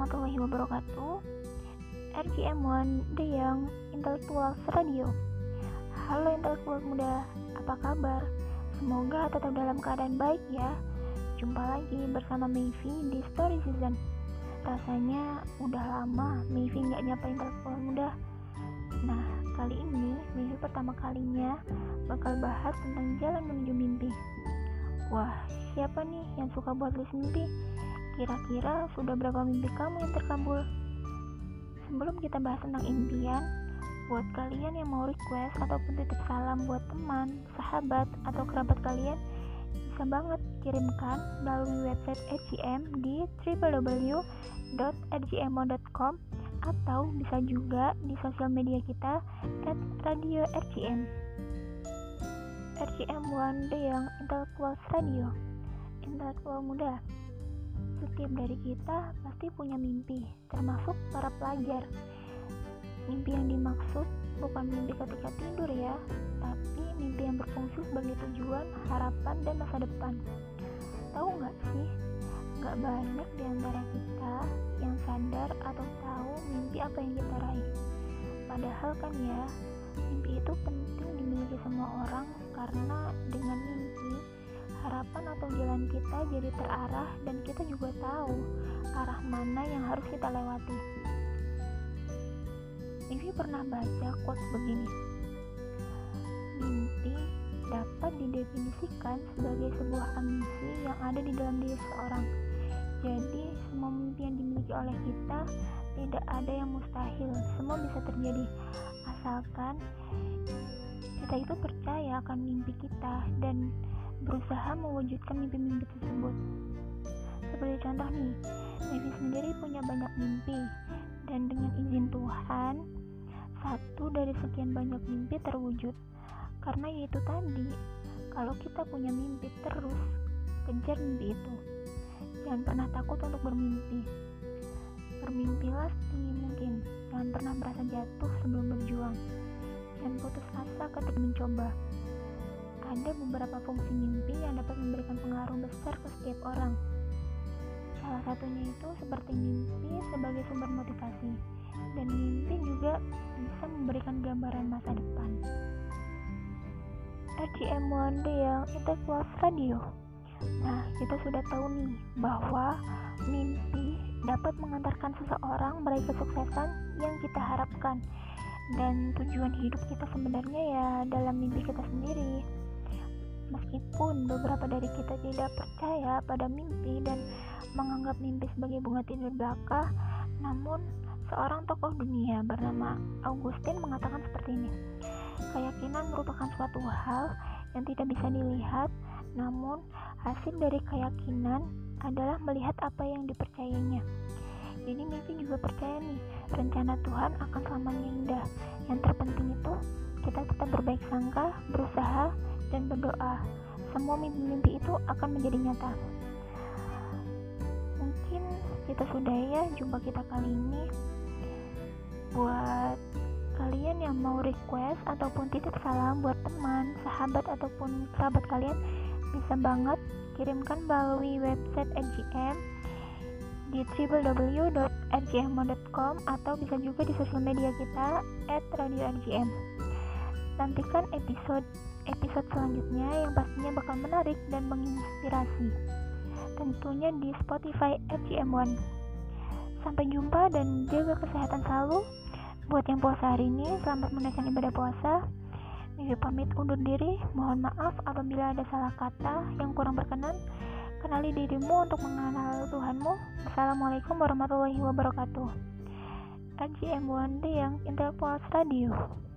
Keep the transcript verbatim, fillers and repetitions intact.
warahmatullahi wabarakatuh. R G M One, The Young Intellectuals Radio. Halo intelektual muda, apa kabar? Semoga tetap dalam keadaan baik ya. Jumpa lagi bersama Mayvi di Story Season. Rasanya udah lama Mayvi gak nyapa intelektual muda. Nah, kali ini Mayvi pertama kalinya bakal bahas tentang jalan menuju mimpi. Wah, siapa nih yang suka buat list mimpi? Kira-kira sudah berapa mimpi kamu yang terkabul? Sebelum kita bahas tentang impian, buat kalian yang mau request ataupun titip salam buat teman, sahabat, atau kerabat kalian, bisa banget kirimkan melalui website R G M di w w w dot r g m o dot com atau bisa juga di sosial media kita at radio R G M. R G M One, The Young Intellectuals Radio. Intelektual muda. Setiap dari kita pasti punya mimpi, termasuk para pelajar. Mimpi yang dimaksud bukan mimpi ketika tidur ya, tapi mimpi yang berfungsi sebagai tujuan, harapan, dan masa depan. Tahu nggak sih, nggak banyak di antara kita yang sadar atau tahu mimpi apa yang kita raih. Padahal kan ya, mimpi itu penting dimiliki semua orang karena dengan mimpi, harapan atau jalan kita jadi terarah dan kita juga tahu arah mana yang harus kita lewati. Mayvi pernah baca quotes begini. Mimpi dapat didefinisikan sebagai sebuah ambisi yang ada di dalam diri seseorang. Jadi, semua mimpi yang dimiliki oleh kita tidak ada yang mustahil, semua bisa terjadi asalkan kita itu percaya akan mimpi kita dan berusaha mewujudkan mimpi-mimpi tersebut. Seperti contoh nih, Mayvi sendiri punya banyak mimpi dan dengan izin Tuhan, satu dari sekian banyak mimpi terwujud. Karena yaitu tadi, kalau kita punya mimpi terus, kejar mimpi itu. Jangan pernah takut untuk bermimpi. Bermimpilah setinggi mungkin. Jangan pernah merasa jatuh sebelum berjuang. Jangan putus asa ketika mencoba. Ada beberapa fungsi mimpi yang dapat memberikan pengaruh besar ke setiap orang. Salah satunya itu seperti mimpi sebagai sumber motivasi, dan mimpi juga bisa memberikan gambaran masa depan. R G M One, The Young Intellectuals Radio. Nah, kita sudah tahu nih bahwa mimpi dapat mengantarkan seseorang meraih kesuksesan yang kita harapkan, dan tujuan hidup kita sebenarnya ya dalam mimpi kita sendiri. Meskipun beberapa dari kita tidak percaya pada mimpi dan menganggap mimpi sebagai bunga tidur belaka, namun seorang tokoh dunia bernama Augustine mengatakan seperti ini. Keyakinan merupakan suatu hal yang tidak bisa dilihat, namun hasil dari keyakinan adalah melihat apa yang dipercayainya. Jadi mimpi juga percaya nih, rencana Tuhan akan selamanya indah. Yang terpenting itu kita tetap berbaik sangka, berusaha, dan berdoa. Semua mimpi-mimpi itu akan menjadi nyata. Mungkin kita sudah ya jumpa kita kali ini. Buat kalian yang mau request ataupun titip salam buat teman, sahabat, ataupun kerabat kalian, bisa banget kirimkan melalui website R G M di w w w dot r g m o dot com atau bisa juga di sosial media kita at radio R G M. Nantikan episode episode selanjutnya yang pastinya bakal menarik dan menginspirasi, tentunya di Spotify R G M One. Sampai jumpa dan jaga kesehatan selalu. Buat yang puasa hari ini, selamat menunaikan ibadah puasa. Mayvi pamit undur diri. Mohon maaf apabila ada salah kata yang kurang berkenan. Kenali dirimu untuk mengenal Tuhanmu. Assalamualaikum warahmatullahi wabarakatuh. R G M One, The Young Intellectuals Radio.